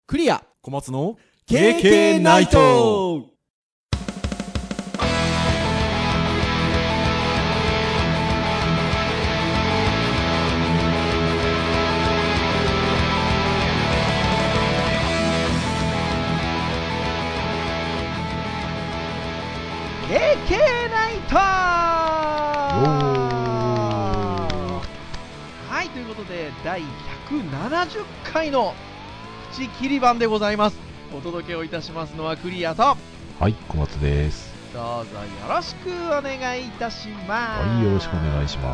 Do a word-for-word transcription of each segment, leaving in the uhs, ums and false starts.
クリア小松の ケーケー ナイト。 ケーケー ナイト。はい、ということでだいひゃくななじゅっかいの口切り版でございます。お届けをいたしますのはクリアと、 はい、小松です。 どうぞよろしくお願いいたします。 はい、よろしくお願いします。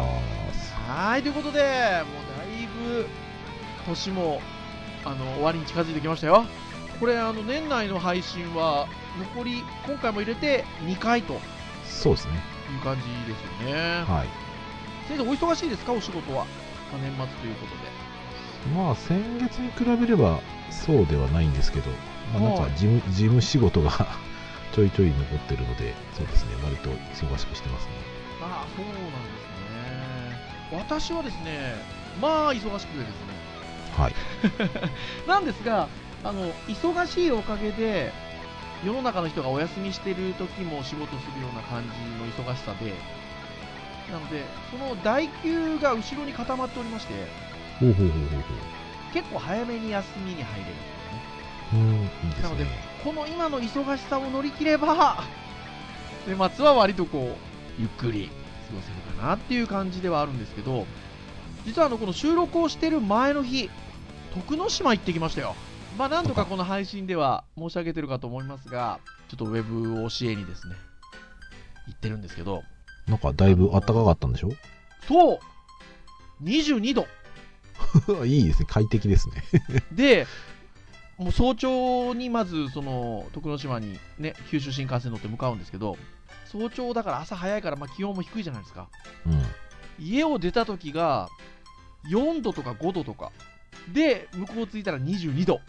はい、ということでもうだいぶ年もあの終わりに近づいてきましたよ。これあの年内の配信は残り今回も入れてにかいとそうですね。 いう感じですよね。 はい。 先生お忙しいですか、お仕事は。まあ年末ということで。 まあ先月に比べればそうではないんですけど、まあ、なんか事務、事務仕事がちょいちょい残ってるので、そうですね、割と忙しくしてますね。 ああ、そうなんですね。私はですね、まあ忙しくてですね。 はい。 なんですが、あの忙しいおかげで世の中の人がお休みしている時も仕事するような感じの忙しさで、なのでその代休が後ろに固まっておりまして、 ほうほうほうほうほう。 結構早めに休みに入れるんですよね。 うん、いいですね。 なのでこの今の忙しさを乗り切れば年末は割とこうゆっくり過ごせるかなっていう感じではあるんですけど、実はあのこの収録をしている前の日、徳之島行ってきましたよ。まあ何度かこの配信では申し上げてるかと思いますが、ちょっとウェブを教えにですね行ってるんですけど、 なんかだいぶ暖かかったんでしょ。 そうにじゅうにどいいですね、快適ですね。 でもう早朝にまずその徳之島にね九州新幹線乗って向かうんですけど、早朝だから朝早いから、まあ気温も低いじゃないですか。 うん。 家を出た時がよんどとかごどとかで、向こう着いたらにじゅうにど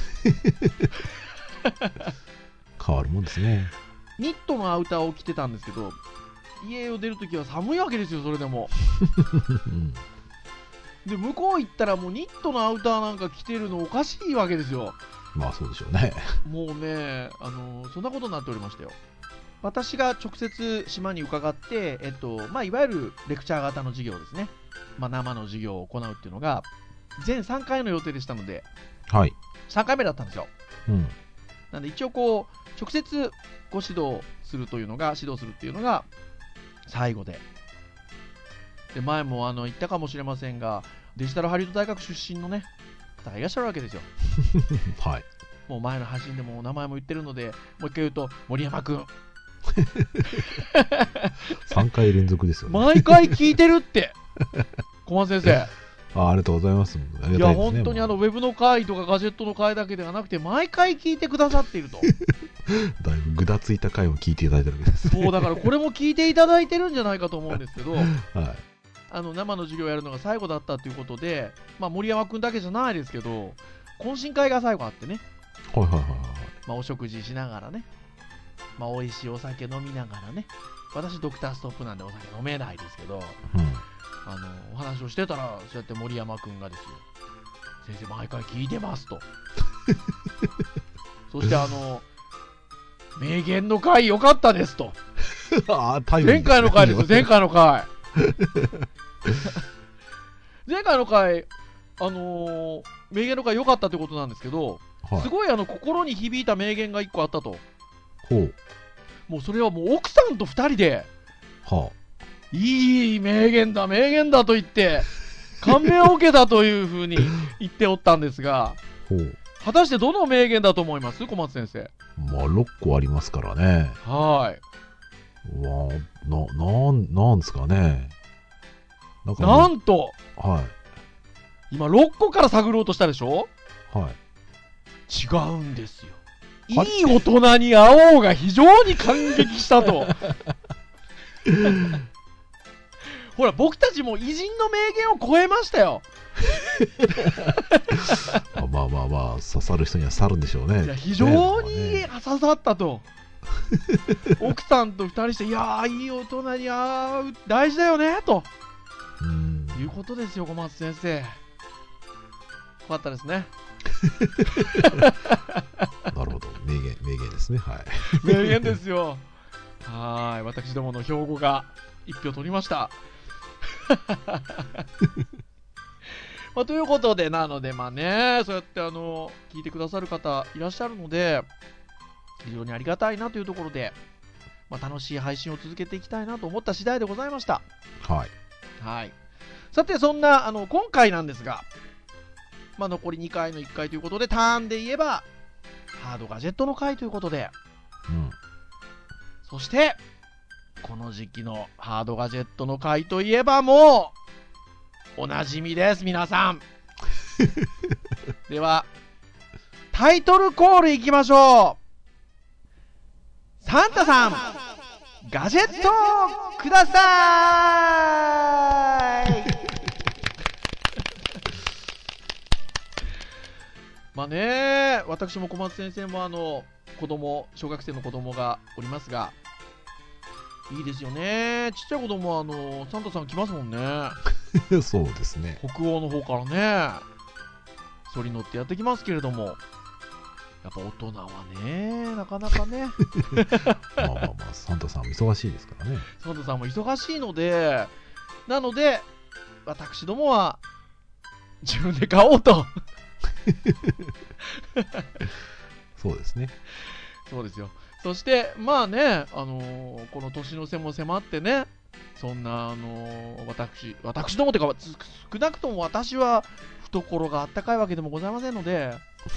変わるもんですね。 ニットのアウターを着てたんですけど、家を出るときは寒いわけですよ、それでも。 うん、 で向こう行ったらもうニットのアウターなんか着てるのおかしいわけですよ。 まあそうでしょうね。 もうね、あのそんなことになっておりましたよ。私が直接島に伺って、えっとまあ、いわゆるレクチャー型の授業ですね、まあ、生の授業を行うっていうのが全さんかいの予定でしたので、 はい。 さんかいめだったんですよ。 うん。 なので一応こう直接ご指導するというのが指導するっていうのが最後で、で前もあの言ったかもしれませんが、デジタルハリウッド大学出身のね方がいらっしゃるわけですよ。 はい。 もう前の配信でもお名前も言ってるのでもう一回言うと、森山くんさんかい連続ですよね。 毎回聞いてるって小松先生。 あ, ありがとうございます。ありいやがたいですね。 本当にあのウェブの回とかガジェットの回だけではなくて毎回聞いてくださっているとだいぶぐだついた回を聞いていただいてるわけです、ね、 そうだからこれも聞いていただいてるんじゃないかと思うんですけど、 はい、 あの生の授業をやるのが最後だったということで、まあ、森山くんだけじゃないですけど懇親会が最後あってね、 はいはいはいはい、 まあ、お食事しながらね、まあ、美味しいお酒飲みながらね、私ドクターストップなんでお酒飲めないですけど、 うん、 あのお話をしてたらそうやって森山くんがですよ、先生毎回聞いてますとそしてあの名言の回良かったですとあタイムリーですね、 前回の回ですよ、前回の回前回の回あのー、名言の回良かったということなんですけど、はい、すごいあの心に響いた名言がいっこあったと。 ほう。 もうそれはもう奥さんとふたりで、 はあ、 いい名言だ名言だと言って感銘を受けたというふうに言っておったんですがほう、 果たしてどの名言だと思います小松先生。 まあろっこありますからね。 はい。 わあ、な、なん、なんですかね。 なんかなんと、 はい、 今ろっこから探ろうとしたでしょ。 はい。 違うんですよ。いい大人に会おうが非常に感激したとほら僕たちも偉人の名言を超えましたよまあまあまあ刺さる人には刺さるんでしょうね。 いや非常に刺さったと、ね、奥さんとふたりして、いやーいい大人に会う大事だよねとうんいうことですよ小松先生。よかったですね。 なるほど、名言、名言ですね。はい。 名言ですよ。はい、私どもの標語が一票取りました。まあ、ということで、なので、まあね、そうやってあの聞いてくださる方いらっしゃるので、非常にありがたいなというところで、まあ、楽しい配信を続けていきたいなと思った次第でございました。 はい。 はい。さて、そんなあの今回なんですが、まあ、残りにかいのいっかいということで、ターンで言えば、ハードガジェットの回ということで、 うん、 そして、この時期のハードガジェットの回といえばもう、おなじみです、皆さん。では、タイトルコールいきましょう。サンタさん、ガジェットをください。まあね、私も小松先生もあの子供、小学生の子供がおりますが、いいですよね。ちっちゃい子供はあのサンタさん来ますもんね。 そうですね。 北欧の方からね、そり乗ってやってきますけれども、やっぱ大人はね、なかなかね。 まあまあまあ、サンタさんも忙しいですからね。 サンタさんも忙しいので、なので、私どもは自分で買おうと。 そうですね。 そうですよ。そして、まあね、あのー、この年の瀬も迫ってね、そんな、あのー、私、私どもというか、少なくとも私は懐があったかいわけでもございませんので、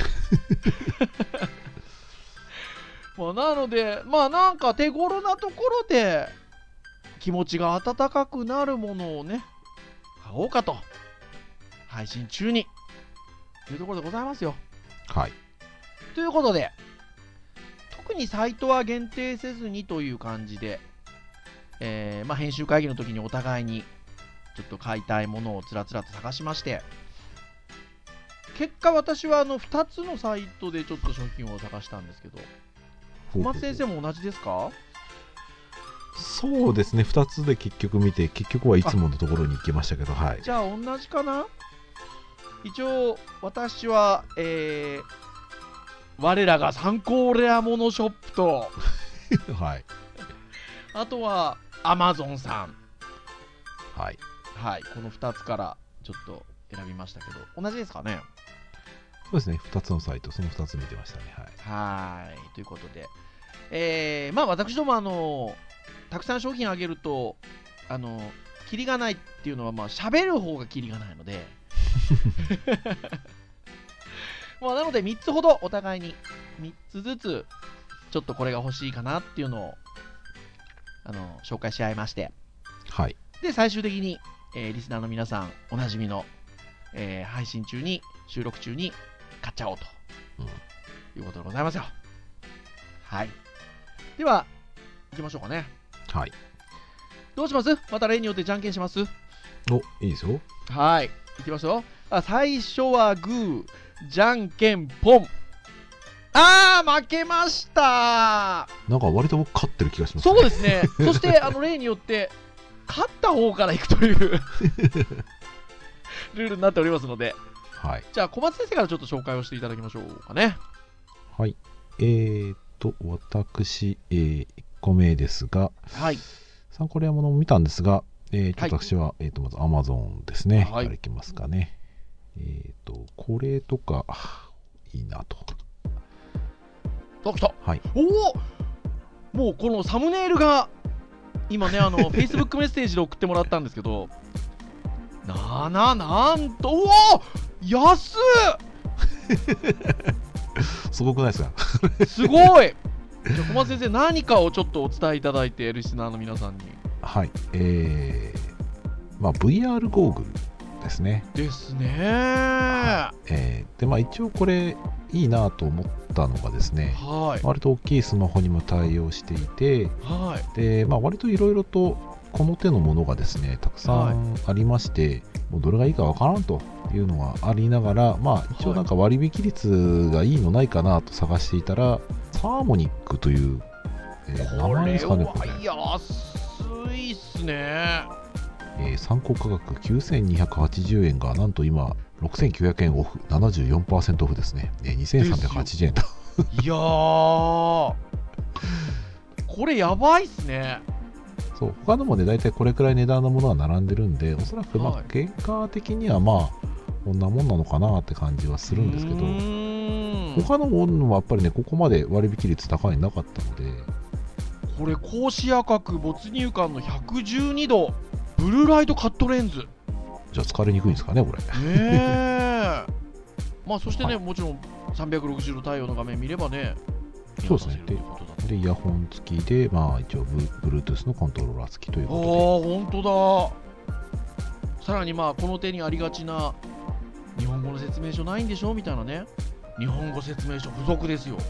まあなので、まあなんか手頃なところで気持ちが温かくなるものをね、買おうかと、配信中にというところでございますよ。 はい。 ということで、特にサイトは限定せずにという感じで、えーまあ、編集会議の時にお互いにちょっと買いたいものをつらつらと探しまして、結果私はあのふたつのサイトでちょっと商品を探したんですけど、小松先生も同じですか？ そうですね、ふたつで結局見て、結局はいつものところに行きましたけど、はい。 じゃあ同じかな。一応私は、えー、我らが参考レアモノショップとはい、 あとは Amazon さん、 はい、 はい、このふたつからちょっと選びましたけど、同じですかね？ そうですね、ふたつのサイト、そのふたつ見てましたね。 はい、はいということで、えー、まあ私どもあのたくさん商品あげるとあのキリがないっていうのは、まあ喋る方がキリがないのでまあなのでみっつほどお互いにみっつずつちょっとこれが欲しいかなっていうのをあの紹介し合いまして、 はい、 で最終的に、えー、リスナーの皆さんおなじみの、えー、配信中に収録中に買っちゃおうと、うん、いうことでございますよ。はい、では行きましょうかね。 はい、 どうします？また例によってじゃんけんします？ お、いいですよ。 はい、いきますよ。あ、最初はグー、じゃんけんポン。あー、負けました。 なんか割と僕勝ってる気がしますね。 そうですね。そしてあの例によって勝った方からいくというルールになっておりますので、 はい、 じゃあ小松先生からちょっと紹介をしていただきましょうかね。 はい、えーと私、えー、いっこめですが、 はい、 参考レアものも見たんですが、えーと、はい、私は、えーとまず Amazon ですね。はい、からいきますかね。えーとこれとかいいなと。 あ、来た。 はい、 おお、もうこのサムネイルが今ね、あのFacebook メッセージで送ってもらったんですけど、なな、なんと、おお、安っすごくないですか？ すごい。じゃあ小松先生、何かをちょっとお伝えいただいて、リスナーの皆さんに。 はい、えーまあ、ブイアール ゴーグルですね。 ですねー。 えー、でまあ一応これいいなと思ったのがですね、 はい、 割と大きいスマホにも対応していて、 はい、 でまあ、割といろいろとこの手のものがですねたくさんありまして、はい、もうどれがいいかわからんというのがありながら、まあ、一応なんか割引率がいいのないかなと探していたら、はい、サーモニックという、えー、名前ですかね。これ安いっすね。 えー、参考価格きゅうせんにひゃくはちじゅうえんがなんと今ろろくせんきゅうひゃくえんオフ、ななじゅうよんパーセント オフですね。えーにせんさんびゃくはちじゅうえんと。 いやー、これやばいっすね。 そう、他のもね、大体これくらい値段のものが並んでるんで、おそらくまあ、 はい原価的にはまあ、こんなもんなのかなって感じはするんですけど、 うーん他のものはやっぱりね、ここまで割引率高いのなかったので、 これ高視野角没入感のひゃくじゅうにどブルーライトカットレンズ、 じゃあ疲れにくいんですかね、これ。 ねえまあそしてね、 はいもちろんさんびゃくろくじゅうど対応の画面見ればね、 そうですね見渡せるということだ。 で、イヤホン付きで、まあ一応、Bluetooth のコントローラー付きというああこ本当だ。さらにまあこの手にありがちな日本語の説明書ないんでしょみたいなね、日本語説明書付属ですよ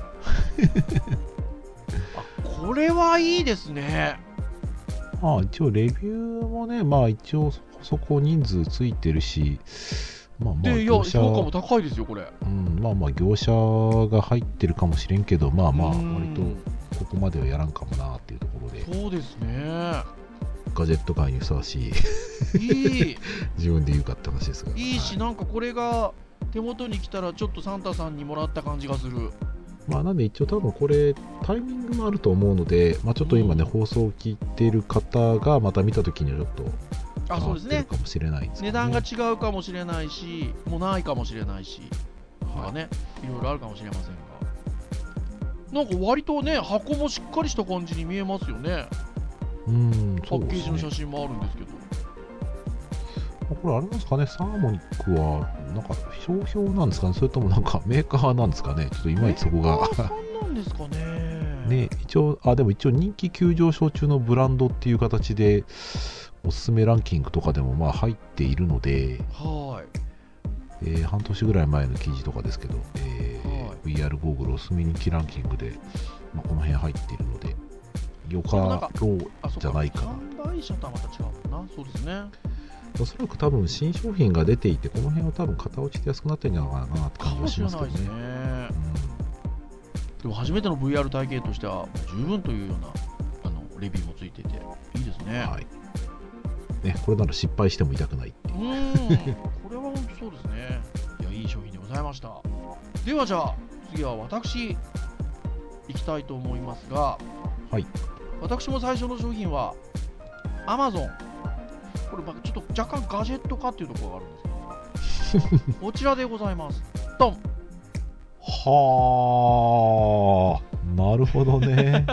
あ、これはいいですね。 とで、まあ一応、レビューもね、まあ一応、そこそこ人数ついてるし、まあまあで、いや業者、 評価も高いですよこれ。 うん、まあまあ業者が入ってるかもしれんけど、まあまあ、 う割んとここまではやらんかもなっていうところで、 そうですね。 ガジェット界にふさわしい、 いい自分で言うかって話ですが。 いいし、 はいなんかこれが手元に来たらちょっとサンタさんにもらった感じがする。 まあ、なんで一応多分これタイミングもあると思うので、まあ、ちょっと今ね、 うん放送を聞いてる方がまた見た時にはちょっとあ、そうですね。 変わってるかもしれないんですけ値どね。 段が違うかもしれないし、もうないかもしれないし、とかね、いろいろあるかもしれませんが。なんか割とね、箱もしっかりした感じに見えますよね。 うん、 パそうですね。 ッケージの写真もあるんですけど。 まあこれあれなんですかね、サーモニックはなんか商標なんですかね、それともなんかメーカーなんですかね、ちょっといまいちそこがメーカーさんなんですかね。 ね、一応、あ、でも一応人気急上昇中のブランドっていう形でおすすめランキングとかでもまあ入っているので、 はえー半年ぐらい前の記事とかですけど、えーはいブイアール ゴーグルおすすめ人気ランキングで、まあ、この辺入っているので、よかろうい。あ、そっじゃないかな。 販売者とはまた違うもんな。そうですね。 おそらく多分新商品が出ていて、この辺は多分型落ちて安くなってるんじゃないかなってか感じはしもしれないますけどね。 ですね。でも初めての ブイアール 体験としては十分というようなあのレビューもついていていいですね。 うん、はいね、これなら失敗しても痛くないっていううーん、これは本当そうですね。いや、いい商品でございました。ではじゃあ次は私行きたいと思いますが、 はい。 私も最初の商品は Amazon。これまあちょっと若干ガジェット化っていうところがあるんですけどこちらでございます。ドン。 はあ、なるほどね。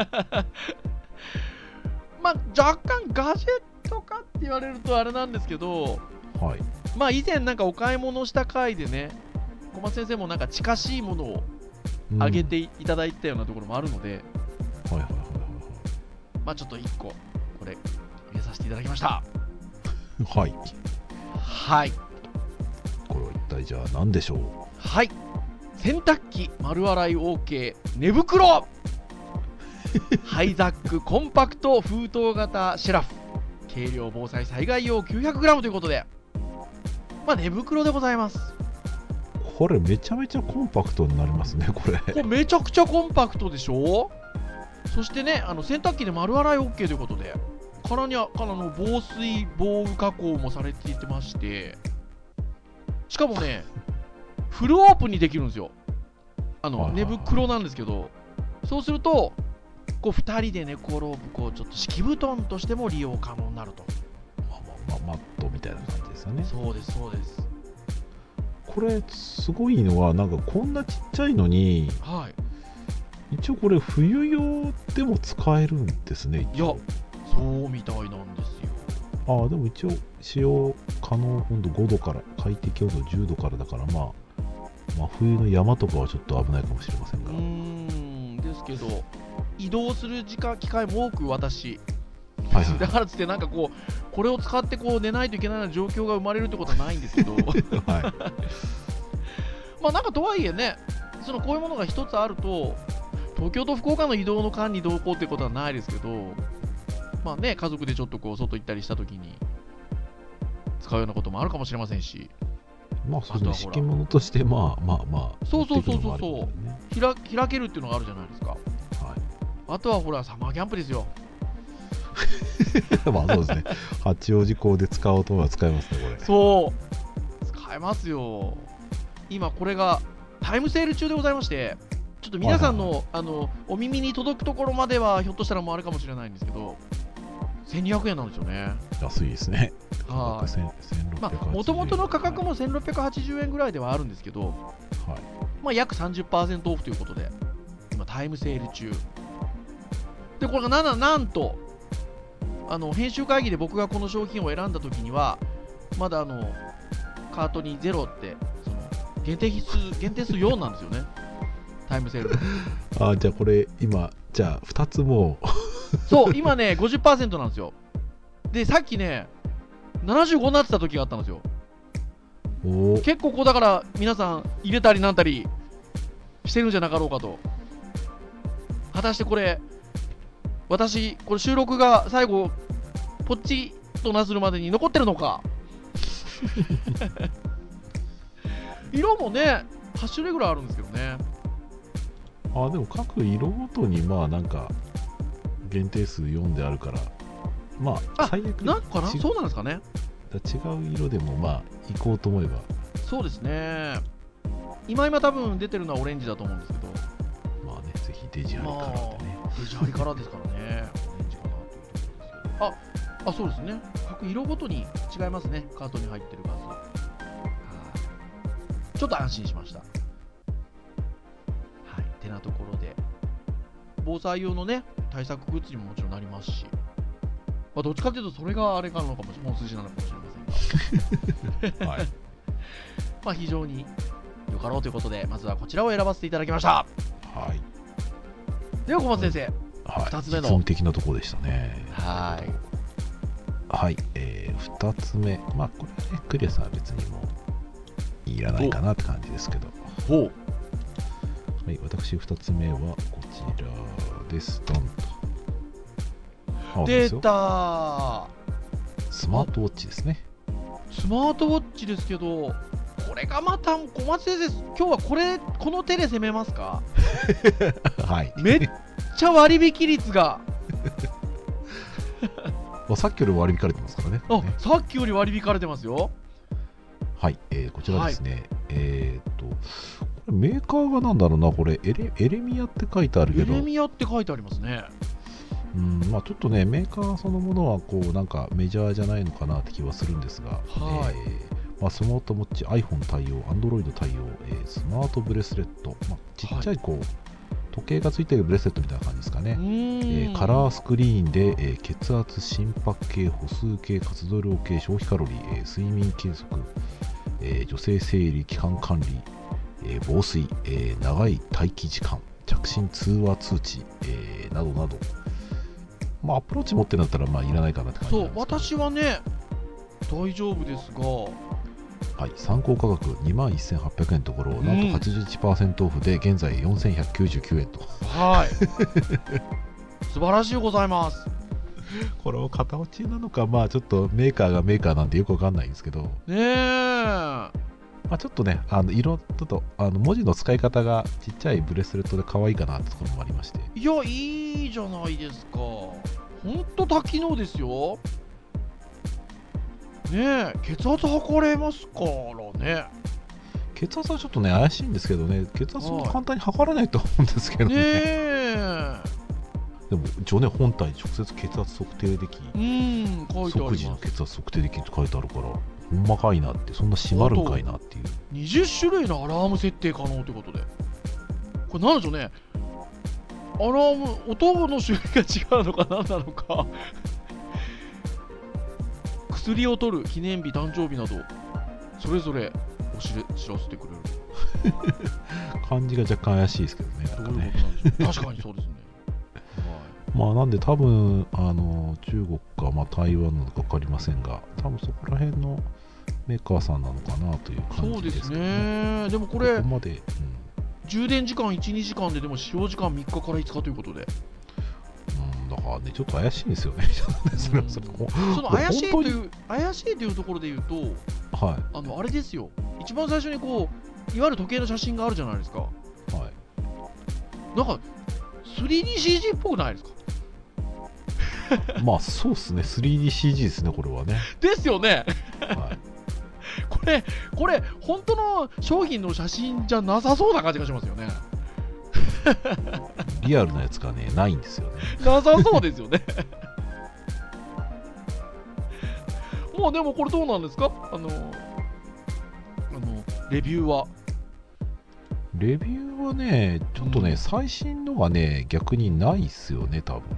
まあ若干ガジェット化って言われるとあれなんですけど、 はい。 まあ以前なんかお買い物した回でね、小松先生もなんか近しいものをうんあげていただいたようなところもあるので、 はいはいはいはいまあちょっといっここれ入れさせていただきました。 はい。はい。 はいこれは一体じゃあ何でしょう。 はい、洗濯機丸洗い OK 寝袋ハイザックコンパクト封筒型シェラフ、軽量防災災害用 きゅうひゃくグラム ということで、まあ寝袋でございます。 これめちゃめちゃコンパクトになりますね、これ。 これめちゃくちゃコンパクトでしょ。そしてね、あの洗濯機で丸洗い OK ということで、からにはからの防水防雨加工もされていてまして、しかもねフルオープンにできるんですよ。あの、 はいはいはい寝袋なんですけど、そうするとこうふたりで寝転ぶこうちょっと敷布団としても利用可能になると。 まあまあまあマットみたいな感じですよね。 そうですそうです。 これすごいのは、なんかこんなちっちゃいのに、 はい。 一応これ冬用でも使えるんですね。 いや、そうみたいなんですよ。 ああ、でも一応使用可能温度ごどから、快適温度じゅうどからだから、まあ、真冬の山とかはちょっと危ないかもしれませんが。 うーんですけど、移動する時間機会も多く私、 はいはいだからつってなんかこうこれを使ってこう寝ないといけないような状況が生まれるってことはないんですけどはい。 まあなんかとはいえね、そのこういうものが一つあると東京と福岡の移動の間にどうこうってことはないですけど、まあね家族でちょっとこう外行ったりした時に使うようなこともあるかもしれませんし、 まあ、そうですね、 あとはほら敷物として、まあまあまあ、 そうそうそうそうそう持っていくのもありますよね。 開開けるっていうのがあるじゃないですか。 はい。 あとはほらサマーキャンプですよ。 まあそうですね。八王子港で使おうとは使えますね、これ。 そう使えますよ。今これがタイムセール中でございまして、ちょっと皆さんの、はいはいはい、あのお耳に届くところまではひょっとしたらもうあるかもしれないんですけど、せんにひゃくえんなんですよね。 安いですね。 はい。まあ元々の価格もせんろっぴゃくはちじゅうえんぐらいではあるんですけど、はい、まあ約 さんじゅっパーセント オフということで今タイムセール中で、これが な, なんとあの編集会議で僕がこの商品を選んだ時にはまだあのカートにゼロってその限定数限定数よんなんですよね。タイムセールあ、じゃあこれ今じゃあふたつもそう今ね ごじゅっパーセント なんですよ。でさっきねななじゅうごになってた時があったんですよ。お結構こうだから皆さん入れたりなんたりしてるんじゃなかろうかと。果たしてこれ私これ収録が最後ポッチとなするまでに残ってるのか色もねはち種類ぐらいあるんですけどね。 あ、でも各色ごとにまあなんか限定数よんであるから、まあ最悪なんかな、そうなんですかね。 だ違う色でもまあ行こうと思えば。 そうですね。今今多分出てるのはオレンジだと思うんですけど、 まあね、ぜひデジハリカラーでね、 まあ、デジハリカラーですからね。オレンジかなというところですけど、ああそうですね。各色ごとに違いますね、カートに入ってる数。ちょっと安心しました。はい、てなところで防災用のね対策グッズにももちろんなりますし、まあ、どっちかというとそれがあれかのかもしれない、本筋なのかもしれませんが、はい、まあ非常によかろうということで、まずはこちらを選ばせていただきました。 はい。 では小松先生、 はい、 ふたつめの実務的なところでしたね。 はいはい、えー、ふたつめ、まあこれはねクリアさんは別にもういらないかなって感じですけど、 ほう、はい、私ふたつめはこちらです。ドンと出た、 スマートウォッチですね。 スマートウォッチですけど、これがまた小松先生、今日はこれこの手で攻めますか？ はいめっちゃ割引率がさっきより割り引かれてますからね。 あ、 ね、 さっきより割り引かれてますよ。 はい、えー、こちらですね、はい、えー、っとこれメーカーがなんだろうな、これエレ、エレミアって書いてあるけど、 エレミアって書いてありますね。 うん、まあちょっとねメーカーそのものはこうなんかメジャーじゃないのかなって気はするんですが、はい、えーまあ、スマートウォッチ iPhone 対応 Android 対応、えー、スマートブレスレット、まあ、ちっちゃいこう、はい、時計がついているブレスレットみたいな感じですかね。えー、カラースクリーンで、えー、血圧、心拍計、歩数計、活動量計、消費カロリー、えー、睡眠計測、えー、女性生理、期間管理、えー、防水、えー、長い待機時間、着信通話通知、えー、などなど、まあ、アプローチ持ってるんだったらまあいらないかなって感じなんですけど、 そう、私はね大丈夫ですが、 はい、参考価格にまんせんはっぴゃくえんのところ、うん、なんと はちじゅういちパーセント オフで現在よんせんひゃくきゅうじゅうきゅうえんと、 はい素晴らしいございます。 これを型落ちなのか、まあちょっとメーカーがメーカーなんでよくわかんないんですけどねえ、 まあ、ちょっとねあの色ちょっとあの文字の使い方がちっちゃいブレスレットで可愛いかなってところもありまして、 いやいいじゃないですか。ほんと多機能ですよね。え血圧測れますからね。 血圧はちょっとね怪しいんですけどね、血圧も簡単に測れないと思うんですけどね。ねえでも一応ね本体に直接血圧測定でき、 うん書いてあります。 即時の血圧測定できるって書いてあるから、ほんまかいなって、そんな閉まるんかいなっていう。 にじゅっしゅるいのアラーム設定可能ということで、これなんでしょうね、アラーム音の種類が違うのか何なのか薬を取る記念日、誕生日などそれぞれお知れ知らせてくれる感じが若干怪しいですけどね。 どういうことなんでしょう。確かにそうですね。 まあなんで多分あの中国か、まあ、台湾なのか分かりませんが、多分そこら辺のメーカーさんなのかなという感じですけどね。 そうですね。でもこれここまで、うん、 充電時間いち、にじかんで、でも使用時間みっかからいつかということで、 うん、だからねちょっと怪しいですよね。それそれその怪しいという怪しいというところで言うと、 はい、 あのあれですよ、一番最初にこういわゆる時計の写真があるじゃないですか。はい。なんか スリーディーシージー っぽくないですか。 まあそうですね、スリーディーシージー ですねこれはね。 ですよね。 はい。 これこれ本当の商品の写真じゃなさそうな感じがしますよね。 リアルなやつがねないんですよね。 なさそうですよね。もうでもこれどうなんですか、あのあのレビューは。 レビューはねちょっとね、 うん、 最新のがね逆にないっすよね多分。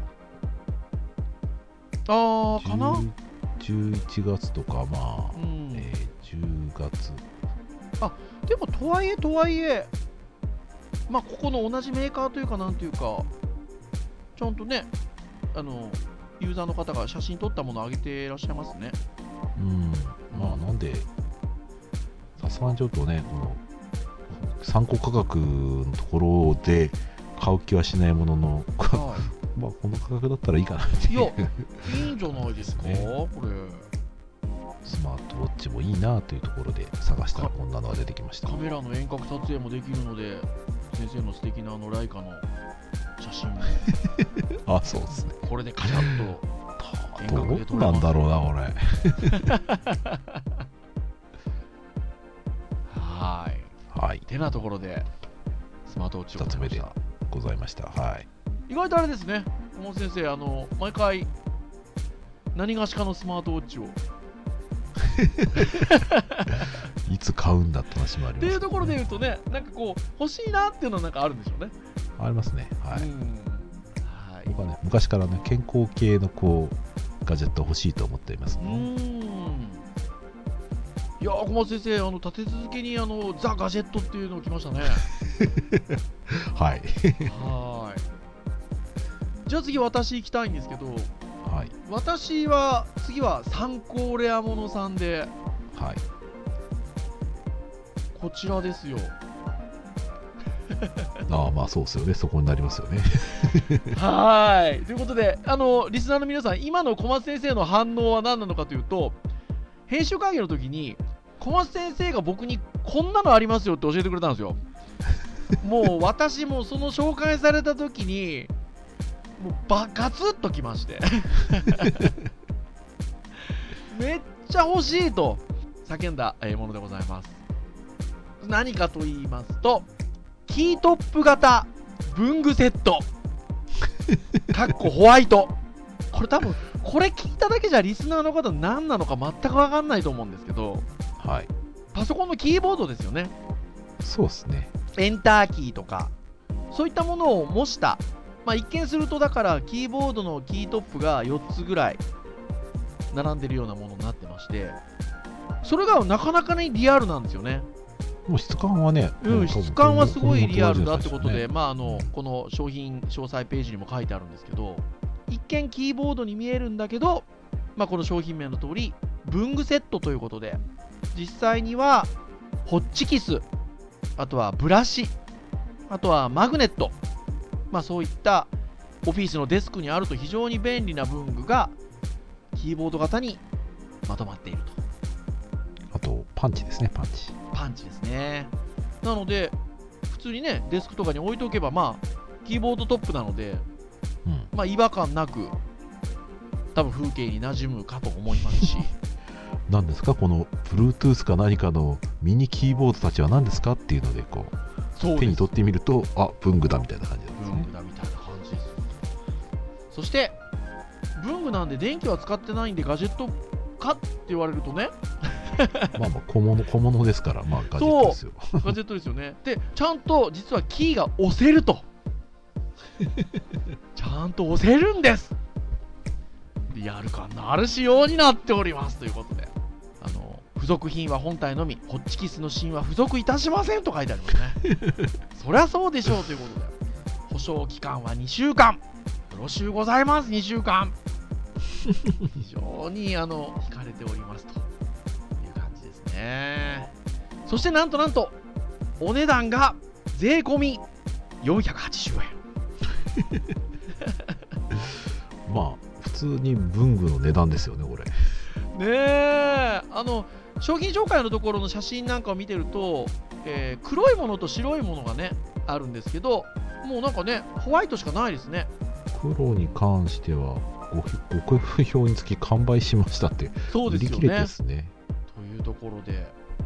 あーかな。 じゅういちがつとかまあ、 うん、 えー、じゅうがつ。 あでもとはいえとはいえまあここの同じメーカーというかなんていうかちゃんとねあのユーザーの方が写真撮ったものを上げていらっしゃいますね。 うんまあなんでさすがにちょっとねこの参考価格のところで買う気はしないものの、 はまあこの価格だったらいいかなっていう。 いやいいんじゃないですか、 ね、 これ。 スマートウォッチもいいなというところで探したらこんなのが出てきました。 カメラの遠隔撮影もできるので先生の素敵なあのライカの写真もあ、そうですね。 これでカシャッと遠隔で撮れます。 どうなんだろうなこれ。 はーい。 はい。 てなところでスマートウォッチをふたつめでございました。はい。 意外とあれですね、小本先生、あの毎回何がしかのスマートウォッチをいつ買うんだって話もあります、ね、 っていうところで言うとね、なんかこう欲しいなっていうのはなんかあるんでしょうね。 ありますね。はい。 うん、はい。 僕はね昔からね健康系のこうガジェット欲しいと思っていますね。 うん。いやー小松先生、あの立て続けにあのザ・ガジェットっていうのを来ましたね。 はい。 はい。じゃあ次私行きたいんですけど、 はい。 私は次は参考レアものさんで、 はい。 こちらですよ。 ああまあそうですよね、そこになりますよね。 はい。ということで、あのリスナーの皆さん、今の小松先生の反応は何なのかというと、編集会議の時に小松先生が僕にこんなのありますよって教えてくれたんですよ。もう私もその紹介された時にもうバガツッときましてめっちゃ欲しいと叫んだものでございます。何かと言いますと、キートップ型文具セットかっこホワイト。これ多分これ聞いただけじゃリスナーの方何なのか全く分かんないと思うんですけど、 はい。 パソコンのキーボードですよね。 そうですね。 エンターキーとかそういったものを模した、まあ、一見するとだからキーボードのキートップがよっつぐらい並んでるようなものになってまして、それがなかなかにリアルなんですよね。 もう質感はね、 うん、質感はすごいリアルだってことで、 ね、 まああのこの商品詳細ページにも書いてあるんですけど、一見キーボードに見えるんだけど、まあ、この商品名の通り文具セットということで、実際にはホッチキス、あとはブラシ、あとはマグネット、まあ、そういったオフィスのデスクにあると非常に便利な文具がキーボード型にまとまっていると。 あとパンチですね、パンチパンチですね。なので普通にねデスクとかに置いておけば、まあキーボードトップなので、 うん、 まあ違和感なく多分風景に馴染むかと思いますし何ですかこの Bluetooth か何かのミニキーボードたちは何ですかっていうのでこうそう手に取ってみると、あ、文具だみたいな感じなんですね。 文具だみたいな感じですよ。そして文具なんで電気は使ってないんでガジェットかって言われるとねまあまあ小物小物ですから、まあガジェットですよ。 ガジェットですよね。でちゃんと実はキーが押せるとちゃんと押せるんです。リアル感のある仕様になっておりますということで、あの付属品は本体のみ、ホッチキスの芯は付属いたしませんと書いてありますねそりゃそうでしょうということで、保証期間はにしゅうかん、よろしゅうございます。にしゅうかん非常にあの惹かれておりますという感じですね。そしてなんとなんとお値段が税込みよんひゃくはちじゅうえんまあ普通に文具の値段ですよねこれ。 ねえ、あの商品紹介のところの写真なんかを見てると、えー、黒いものと白いものがねあるんですけど、もうなんかねホワイトしかないですね。 黒に関してはご好評につき完売しましたってそうですよね。 売り切れですね。 というところで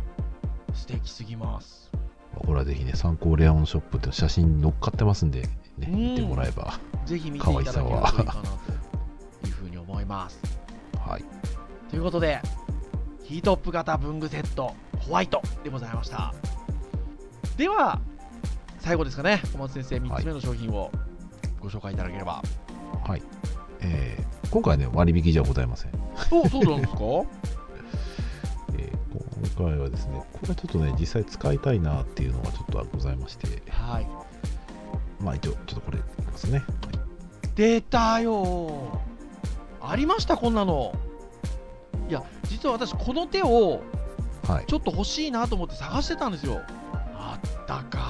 素敵すぎます。 これはぜひね、参考レアモンショップって写真載っかってますんで、ね、見てもらえば、 ぜひ見ていただければいいかなというふうに思います。 はい。 ということで、ヒートアップ型文具セットホワイトでございました。では最後ですかね、小松先生みっつめの商品をご紹介いただければ。 はい、えー、今回はね割引じゃございません。 お、そうなんですか？ えー、今回はですね、これちょっとね実際使いたいなっていうのがちょっとございまして、 はい、 まあ一応ちょっとこれいきますね。はい、 出たよ、ありましたこんなの。いや実は私この手をちょっと欲しいなと思って探してたんですよ。あったか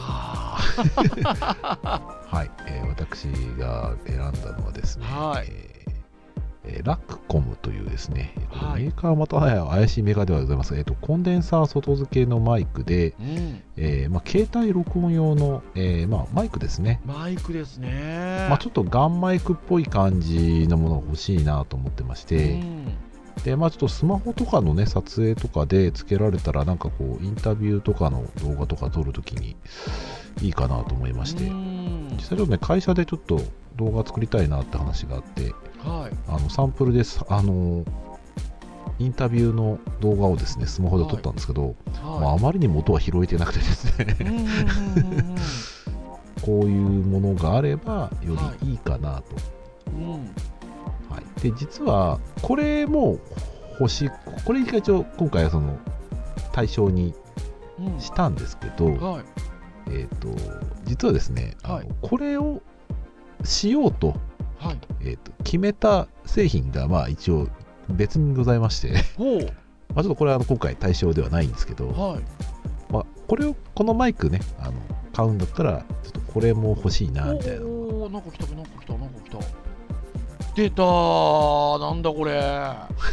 はい、えー、私が選んだのはですね、 はい、 えー、ラクコムというですね、はい、メーカーまたは怪しいメーカーではございますが、えーと、コンデンサー外付けのマイクで、うんえーまあ、携帯録音用の、えーまあ、マイクですね。 マイクですね、 まあ、ちょっとガンマイクっぽい感じのものが欲しいなと思ってまして、うんでまあ、ちょっとスマホとかのね撮影とかでつけられたらなんかこうインタビューとかの動画とか撮るときにいいかなと思いまして、実際ちょっとね会社でちょっと動画作りたいなって話があって、はい、あのサンプルですあのインタビューの動画をですねスマホで撮ったんですけど、はいはいまあ、あまりにも音は拾えてなくてですねこういうものがあればよりいいかなと、はいうんはい、で実はこれも欲しい、これ一応今回はその対象にしたんですけど、うんはいえー、と実はですね、はい、あのこれをしようと,、はいえー、と決めた製品がまあ一応別にございましてまあちょっとこれは今回対象ではないんですけど、はいまあ、これをこのマイクねあの買うんだったらちょっとこれも欲しいなみたいな。 おーなんか来たなんか来たなんか来た出たー、なんだこれ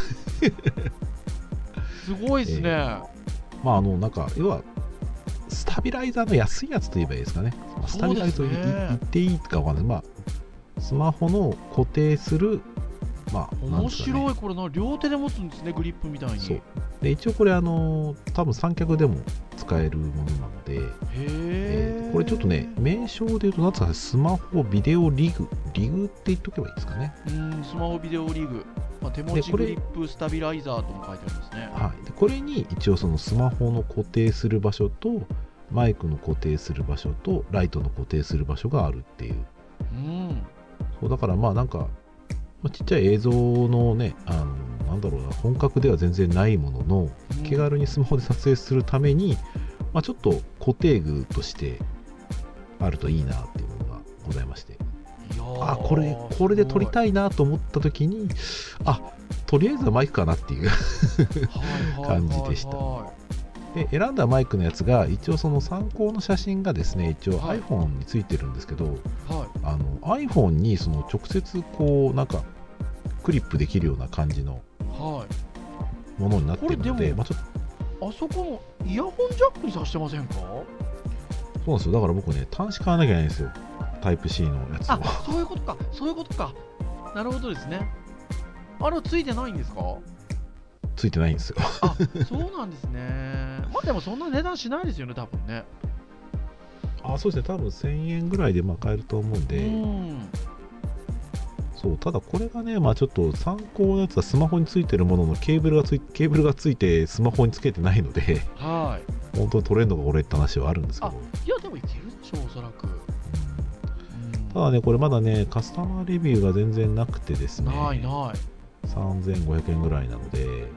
すごいですね、えー、 まああのなんか要はスタビライザーの安いやつといえばいいですかね。スタビライザーと言っていいかわかんない、まあ、スマホの固定する、まあ、 面白い、ね、これな両手で持つんですね、グリップみたいに。 そうで一応これあの多分三脚でも使えるものなので、へえー、これちょっとね名称で言うと何ですかね、スマホビデオリグリグって言っとけばいいですかね。 うんスマホビデオリグ、まあ、手持ちグリップスタビライザーとも書いてあるんですね。 はい、でこれに一応そのスマホの固定する場所とマイクの固定する場所とライトの固定する場所があるっていう、うん、そうだからまあなんか、まあ、ちっちゃい映像のねあのなんだろうな本格では全然ないものの、うん、気軽にスマホで撮影するために、まあ、ちょっと固定具としてあるといいなっていうものがございまして、いやあこれこれで撮りたいなと思った時にあとりあえずはマイクかなっていう感じでした。で選んだマイクのやつが一応その参考の写真がですね一応 iPhone についてるんですけど、はい、あの iPhone にその直接こうなんかクリップできるような感じのものになってるので、まあ、ちょっとあそこのイヤホンジャックにさしてませんか？ そうなんですよ、だから僕ね端子買わなきゃいけないんですよ、タイプ C のやつを。 あそういうことかそういうことか、なるほどですね。あれはついてないんですか？ ついてないんですよ。 あそうなんですね。まあでもそんな値段しないですよね多分ね。 あそうですね、多分せんえんぐらいでまあ買えると思うんで、うんそうただこれがね、まあ、ちょっと参考のやつはスマホについてるもののケーブルがついケーブルがついてスマホにつけてないので、はい、本当に取れるのが俺って話はあるんですけど、 いやでもいけるでしょうおそらく、うん、 ただねこれまだねカスタマーレビューが全然なくてですね、 ないないさんぜんごひゃくえんぐらいなので、うん、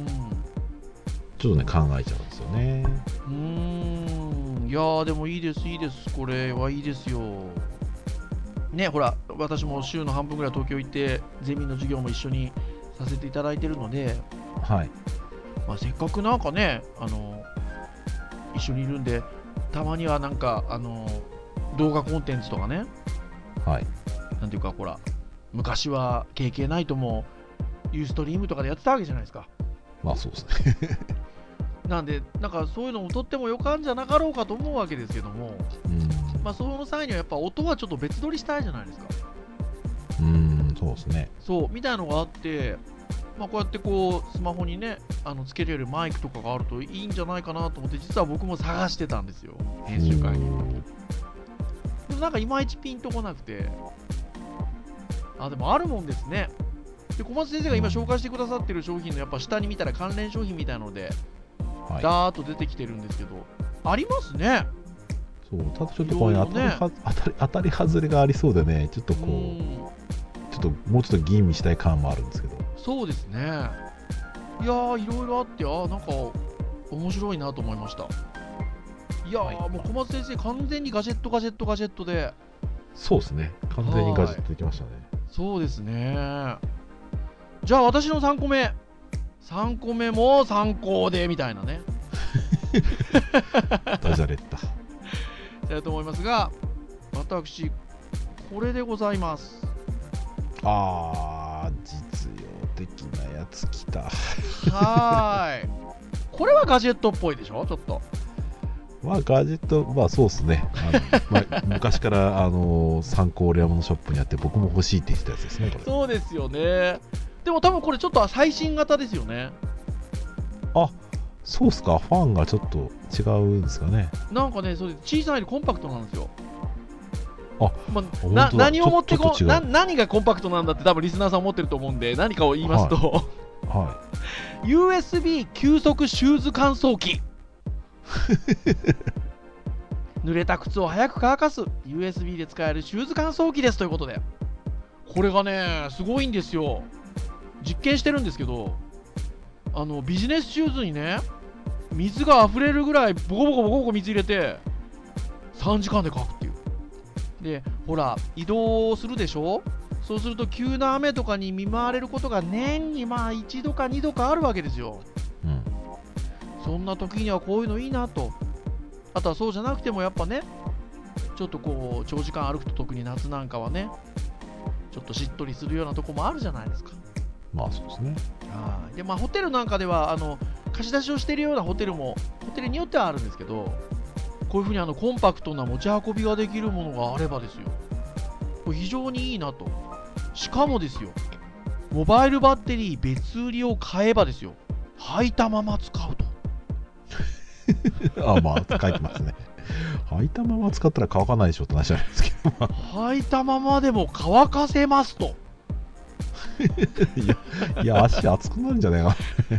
ちょっとね考えちゃうんですよね。 うーんいやーでもいいですいいです、これはいいですよね。ほら私も週の半分ぐらい東京行ってゼミの授業も一緒にさせていただいてるので、 はいまあ、せっかくなんかねあの一緒にいるんでたまにはなんかあの動画コンテンツとかね、 はいなんていうかほら昔は ケーケー ナイトもユーストリームとかでやってたわけじゃないですか。 まあそうですねなんでなんかそういうのも撮ってもよかんじゃなかろうかと思うわけですけども、うんまあその際にはやっぱ音はちょっと別撮りしたいじゃないですか。 うーんそうですね。 そうみたいなのがあってまあ、こうやってこうスマホにねあのつけれるマイクとかがあるといいんじゃないかなと思って、実は僕も探してたんですよ、編集会議。でもなんかいまいちピンとこなくて、あでもあるもんですね。で小松先生が今紹介してくださってる商品のやっぱ下に見たら関連商品みたいなので、はい、ダーッと出てきてるんですけど、ありますね。 そうただちょっとこう、ね、当たりは当たり当たり外れがありそうでね、ちょっとこう、うちょっともうちょっと吟味したい感もあるんですけど。 そうですね。いやーいろいろあって、あなんか面白いなと思いました。いやー、はい、もう小松先生完全にガジェットガジェットガジェットで。 そうですね、完全にガジェットできましたね。 そうですね。じゃあ私のさんこめさんこめも参考でみたいなねダジャレっただと思いますが、私これでございます。 あー実用的なやつきたはーいこれはガジェットっぽいでしょ、ちょっと。 まあガジェット、まあそうですね、あの、まあ、昔からあの参考レアモノショップにあって僕も欲しいって言ってたやつですね、これ。 そうですよね。でも多分これちょっと最新型ですよね。 あ、そうっすか。ファンがちょっと違うんですかね。 なんかね、それ小さいコンパクトなんですよ。 あ、 まあ、な何をもってこな何がコンパクトなんだって多分リスナーさん思ってると思うんで、何かを言いますと、はいはい、ユーエスビー 急速シューズ乾燥機濡れた靴を早く乾かす ユーエスビー で使えるシューズ乾燥機ですということで、これがねすごいんですよ。実験してるんですけど、あのビジネスシューズにね水が溢れるぐらいボコボコボコボコ水入れてさんじかんで乾くっていう。でほら移動するでしょ。そうすると急な雨とかに見舞われることが年にまあいちどかにどかあるわけですよ、うん、そんな時にはこういうのいいなと。あとはそうじゃなくてもやっぱね、ちょっとこう長時間歩くと、特に夏なんかはねちょっとしっとりするようなとこもあるじゃないですか。 まあそうですね。 はい。でまあホテルなんかではあの貸し出しをしているようなホテルもホテルによってはあるんですけど、こういうふうにあのコンパクトな持ち運びができるものがあればですよ、これ非常にいいなと。しかもですよ、モバイルバッテリー別売りを買えばですよ、履いたまま使うとあまあ書いてますね。履いたまま使ったら乾かないでしょって話なんですけど履いたままでも乾かせますといや、いや足熱くなるんじゃないか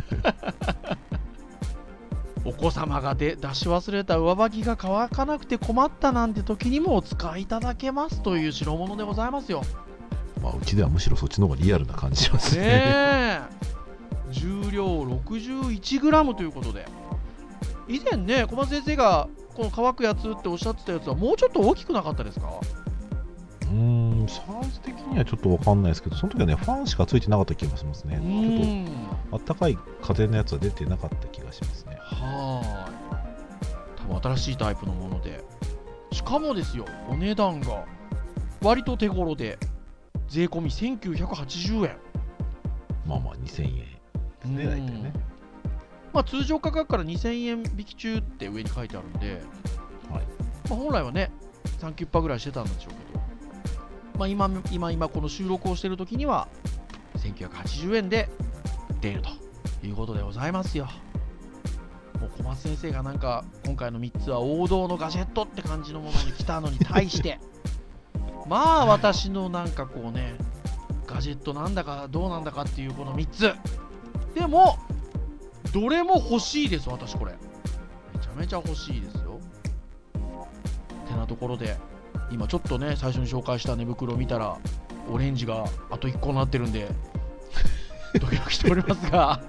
お子様がで出し忘れた上履きが乾かなくて困ったなんて時にもお使いいただけますという代物でございますよ。 まあうちではむしろそっちの方がリアルな感じしますね。 ね重量 ろくじゅういちグラム ということで、以前ね小松先生がこの乾くやつっておっしゃってたやつはもうちょっと大きくなかったですか？ うーん、サイズ的にはちょっと分かんないですけど、その時はねファンしかついてなかった気がしますね。ちょっとあったかい風のやつは出てなかった気がしますね。 はーい。多分新しいタイプのもので、しかもですよ、お値段が割と手頃で税込みせんきゅうひゃくはちじゅうえん。 まあまあにせんえんですね、大体ね。 まあ通常価格からにせんえん引き中って上に書いてあるんで、はい、まあ、本来はねさんキュッパぐらいしてたんでしょうけど、まあ、今今今この収録をしている時にはせんきゅうひゃくはちじゅうえんで出るということでございますよ。もう小松先生がなんか今回のみっつは王道のガジェットって感じのものに来たのに対してまあ私のなんかこうねガジェットなんだかどうなんだかっていうこのみっつでもどれも欲しいです。私これめちゃめちゃ欲しいですよ。てなところで今ちょっとね最初に紹介した寝袋を見たらオレンジがあといっこになってるんでドキドキしておりますが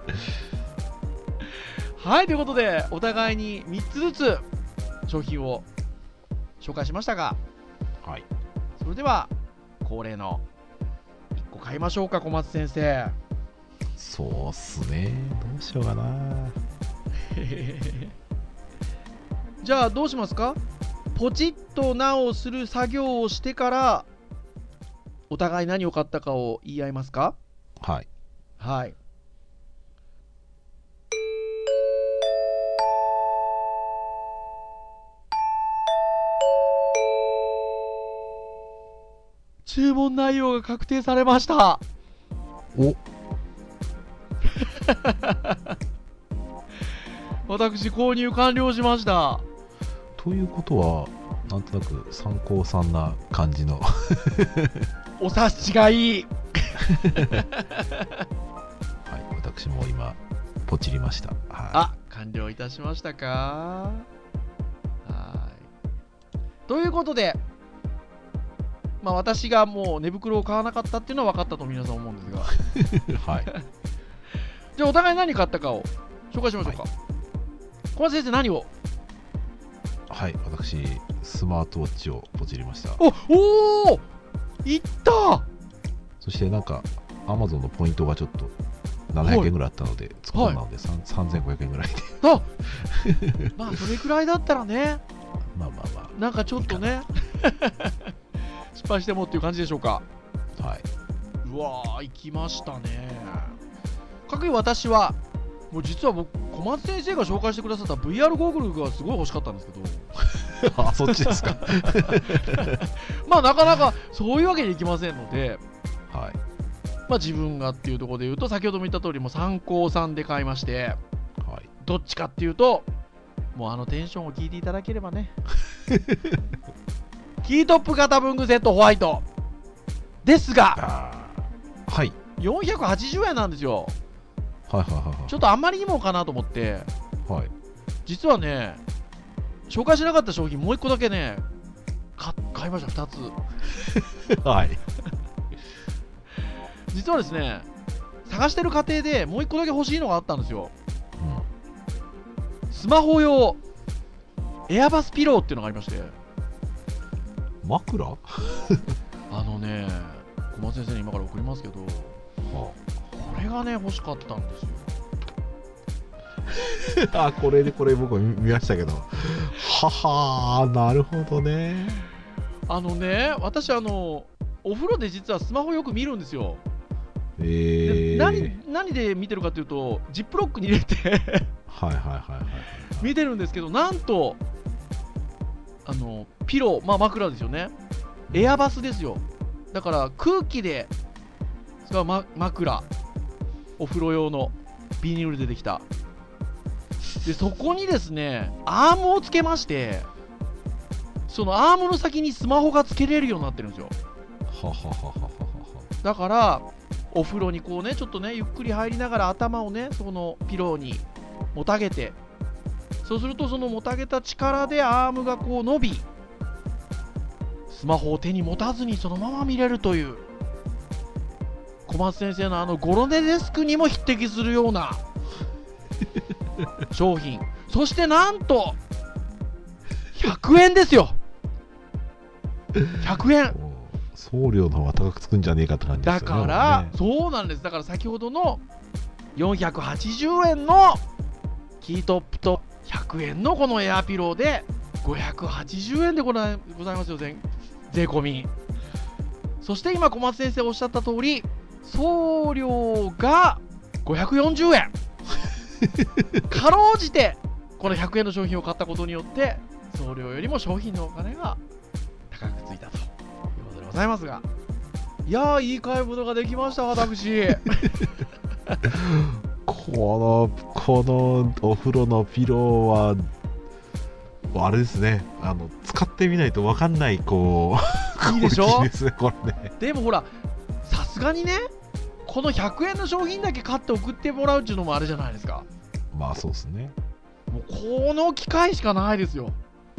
はい、ということでお互いにみっつずつ商品を紹介しましたが、はい、それでは恒例のいっこ買いましょうか。小松先生。 そうっすね、どうしようかなじゃあどうしますか。ポチッとなおする作業をしてからお互い何を買ったかを言い合いますか。 はいはい。注文内容が確定されました。 お私購入完了しました。 ということはなんとなく参考さんな感じのお察しがいいはい、私も今ポチりました。はい、 あ、完了いたしましたか。はい。ということで、まあ私がもう寝袋を買わなかったっていうのは分かったと皆さん思うんですが、はい。じゃあお互い何買ったかを紹介しましょうか。はい、小松先生何を？ はい、私スマートウォッチをポチりました。 おおー、いった。 そしてなんか Amazon のポイントがちょっとななひゃくえんぐらいあったので、突っ込んだので、はい、さんぜんごひゃくえんぐらいであまあそれくらいだったらね、 まあまあまあなんかちょっとね失敗してもっていう感じでしょうか。 はい。 うわー、行きましたね。かくいう私はもう実は僕小松先生が紹介してくださった ブイアール ゴーグルがすごい欲しかったんですけどあ、そっちですかまあなかなかそういうわけにいきませんので、 はい、 まあ自分がっていうところで言うと、先ほども言った通りもう参考さんで買いまして、はい、どっちかっていうともうあのテンションを聞いていただければねキートップ型文具セットホワイトですが、 はい、 よんひゃくはちじゅうえんなんですよ。 はいはいはいはい、 ちょっとあんまりにもかなと思って、 はい、 実はね紹介しなかった商品もういっこだけね買いました。ふたつはい実はですね、探してる過程でもういっこだけ欲しいのがあったんですよ、うん、スマホ用エアバスピローっていうのがありまして。 枕あのね、小松先生に今から送りますけど、はあ、これがね欲しかったんですよあ、これでこれ僕見ましたけど、ははー、なるほどね。 あのね、私あのお風呂で実はスマホよく見るんですよ。 えー、 で 何, 何で見てるかというと、ジップロックに入れてはいはいはいはい見てるんですけど、なんとあのピロー、まあ枕ですよね、エアバスですよ。だから空気で使う、ま、枕、お風呂用のビニールでできた。でそこにですねアームをつけまして、そのアームの先にスマホがつけれるようになってるんですよ。 ははははは。 だからお風呂にこうねちょっとねゆっくり入りながら頭をねそのピローにもたげて、そうするとそのもたげた力でアームがこう伸び、スマホを手に持たずにそのまま見れるという、小松先生のあのゴロネデスクにも匹敵するような商品。そしてなんとひゃくえんですよ。ひゃくえん。 送料の方が高くつくんじゃねえかって感じですよね。 だから、ね、そうなんです。だから先ほどのよんひゃくはちじゅうえんのキートップとひゃくえんのこのエアピローでごひゃくはちじゅうえんでございますよ、税込み。そして今小松先生おっしゃった通り、送料がごひゃくよんじゅうえんかろうじてこのひゃくえんの商品を買ったことによって送料よりも商品のお金が高くついたということでございますが、いやー、いい買い物ができました私このこのお風呂のピローはあれですね、あの使ってみないと分かんないこういいでしょですね、これね。 でもほら、さすがにねこのひゃくえんの商品だけ買って送ってもらうっていうのもあれじゃないですか。 まあそうですね。 もうこの機会しかないですよ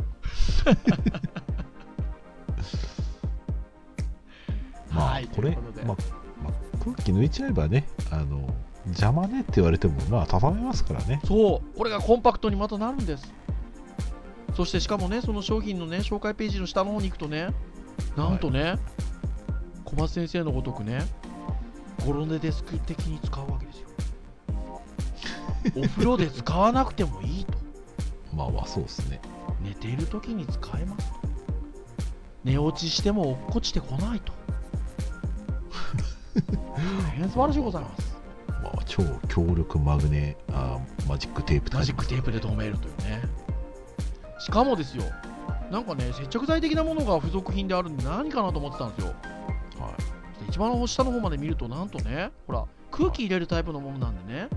まあ、はい、これ、まあまあ、空気抜いちゃえばね、あの邪魔ねって言われてもまあ畳めますからね。 そう、これがコンパクトにまたなるんです。そしてしかもね、その商品のね紹介ページの下の方に行くとね、なんとね、はい、小松先生のごとくねゴロネデスク的に使うわけですよお風呂で使わなくてもいいと。 まあまあそうですね。 寝ている時に使えますと。寝落ちしても落っこちてこないと大変素晴らしいございます。 まあ、超強力マグネあマジックテープ、 マジックテープで留めるというね。しかもですよ、なんかね接着剤的なものが付属品であるんで何かなと思ってたんですよ。はい、一番下の方まで見るとなんとね、ほら空気入れるタイプのものなんでね、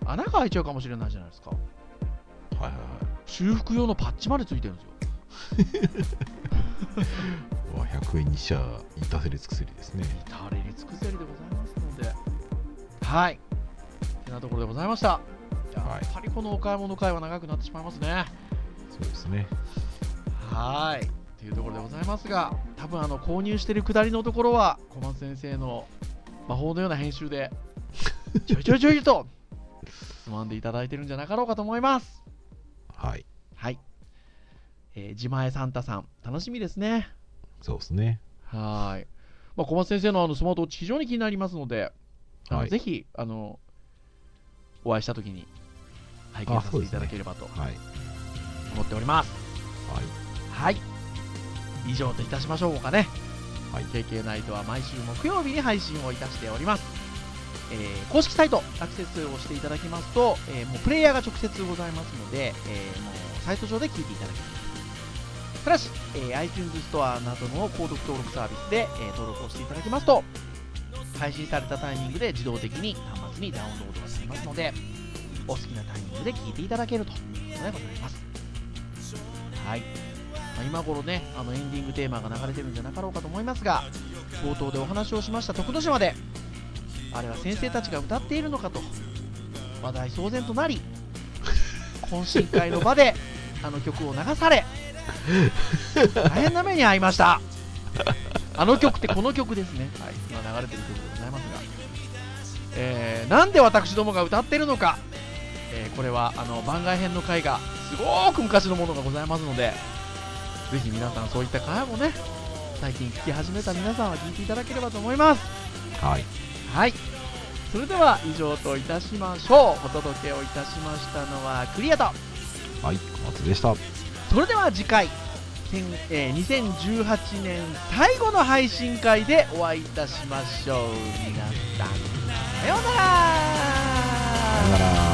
穴が開いちゃうかもしれないじゃないですか。 はいはいはい。 修復用のパッチまでついてるんですよ。 わひゃくえんにしちゃ至れり尽くせりですね。 至れり尽くせりでございますので、はい、てなところでございました。やっぱりこのお買い物会は長くなってしまいますね。 そうですね。 はいというところでございますが、多分あの購入してるくだりのところは小松先生の魔法のような編集でちょいちょいちょいとつまんでいただいてるんじゃなかろうかと思います。 はいはい、えー、自前サンタさん楽しみですね。 そうですね。 はい、まあ、小松先生のあのスマートウォッチ非常に気になりますので、あの、はい、ぜひあのお会いしたときに拝見させていただければと思っております。 はい、 はい、以上といたしましょうかね。 はい、 ケーケー ナイトは毎週木曜日に配信をいたしております。えー、公式サイトアクセスをしていただきますと、えー、もうプレイヤーが直接ございますので、えー、もうサイト上で聞いていただけます。ただし、えー、iTunes ストアなどの購読登録サービスで、えー、登録をしていただきますと、配信されたタイミングで自動的に端末にダウンロードがされますので、お好きなタイミングで聞いていただけるということでございます。はい、まあ、今頃ね、あのエンディングテーマが流れてるんじゃなかろうかと思いますが、冒頭でお話をしました徳之島で、あれは先生たちが歌っているのかと話題騒然となり、懇親会の場であの曲を流され大変な目に遭いました。あの曲ってこの曲ですね。はい、今流れている曲でございますが、えー、なんで私どもが歌ってるのか、えー、これはあの番外編の回がすごく昔のものがございますので、ぜひ皆さんそういった回もね、最近聞き始めた皆さんは聞いていただければと思います。 はい、 はい、それでは以上といたしましょう。お届けをいたしましたのはクリアと、 はい、小松でした。 それでは次回、えー、にせんじゅうはちねん最後の配信会でお会いいたしましょう。皆さんさようなら。 さようなら。